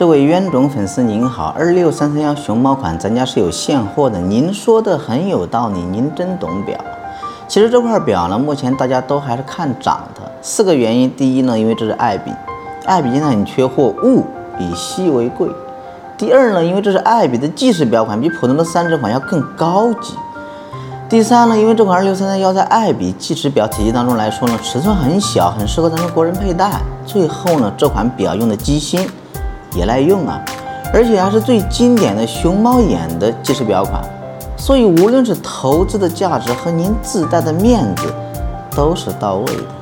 这位冤种粉丝您好，26331熊猫款咱家是有现货的，您说的很有道理，您真懂表。其实这块表呢，目前大家都还是看涨的，4个原因。第一呢，因为这是爱彼，爱彼现在很缺货，物比稀为贵。第二呢，因为这是爱彼的计时表款，比普通的3指款要更高级。第三呢，因为这款26331在爱彼计时表体系当中来说呢，尺寸很小，很适合咱们国人佩戴。最后呢，这款表用的机芯也耐用啊，而且还是最经典的熊猫眼的计时表款，所以无论是投资的价值和您自带的面子都是到位的。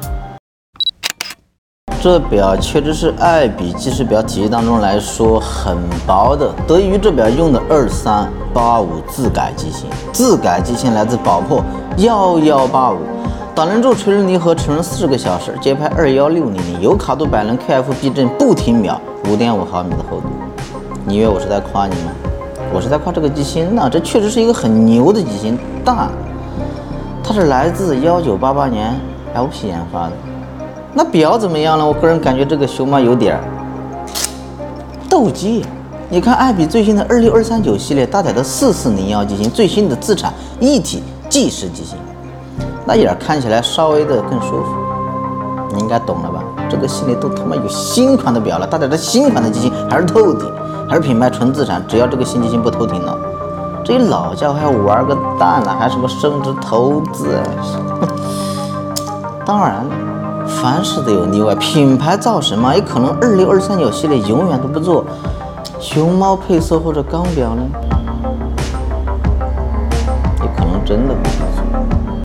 这表确实是爱彼计时表体系当中来说很薄的，得益于这表用的2385自改机芯，自改机芯来自宝珀1185，导轮柱锤轮离合，齿轮40个小时，节拍21600，有卡度百能 KF 避震不停秒，5.5毫米的厚度。你以为我是在夸你吗？我是在夸这个机芯呢，这确实是一个很牛的机芯，但它是来自1988年 LP 研发的。那表怎么样呢？我个人感觉这个熊猫有点斗鸡。你看爱彼最新的26239系列搭载的4401机芯，最新的自产一体计时机芯，那眼看起来稍微的更舒服。你应该懂了吧？这个系列都他妈有新款的表了，搭载着新款的机芯，还是透底，还是品牌纯自产，只要这个新机芯不偷停了，这一老家伙还玩个蛋呢，还什么升值投资啊？当然凡事都有例外，品牌造神嘛，也可能26239系列永远都不做熊猫配色或者钢表呢，也可能真的不做。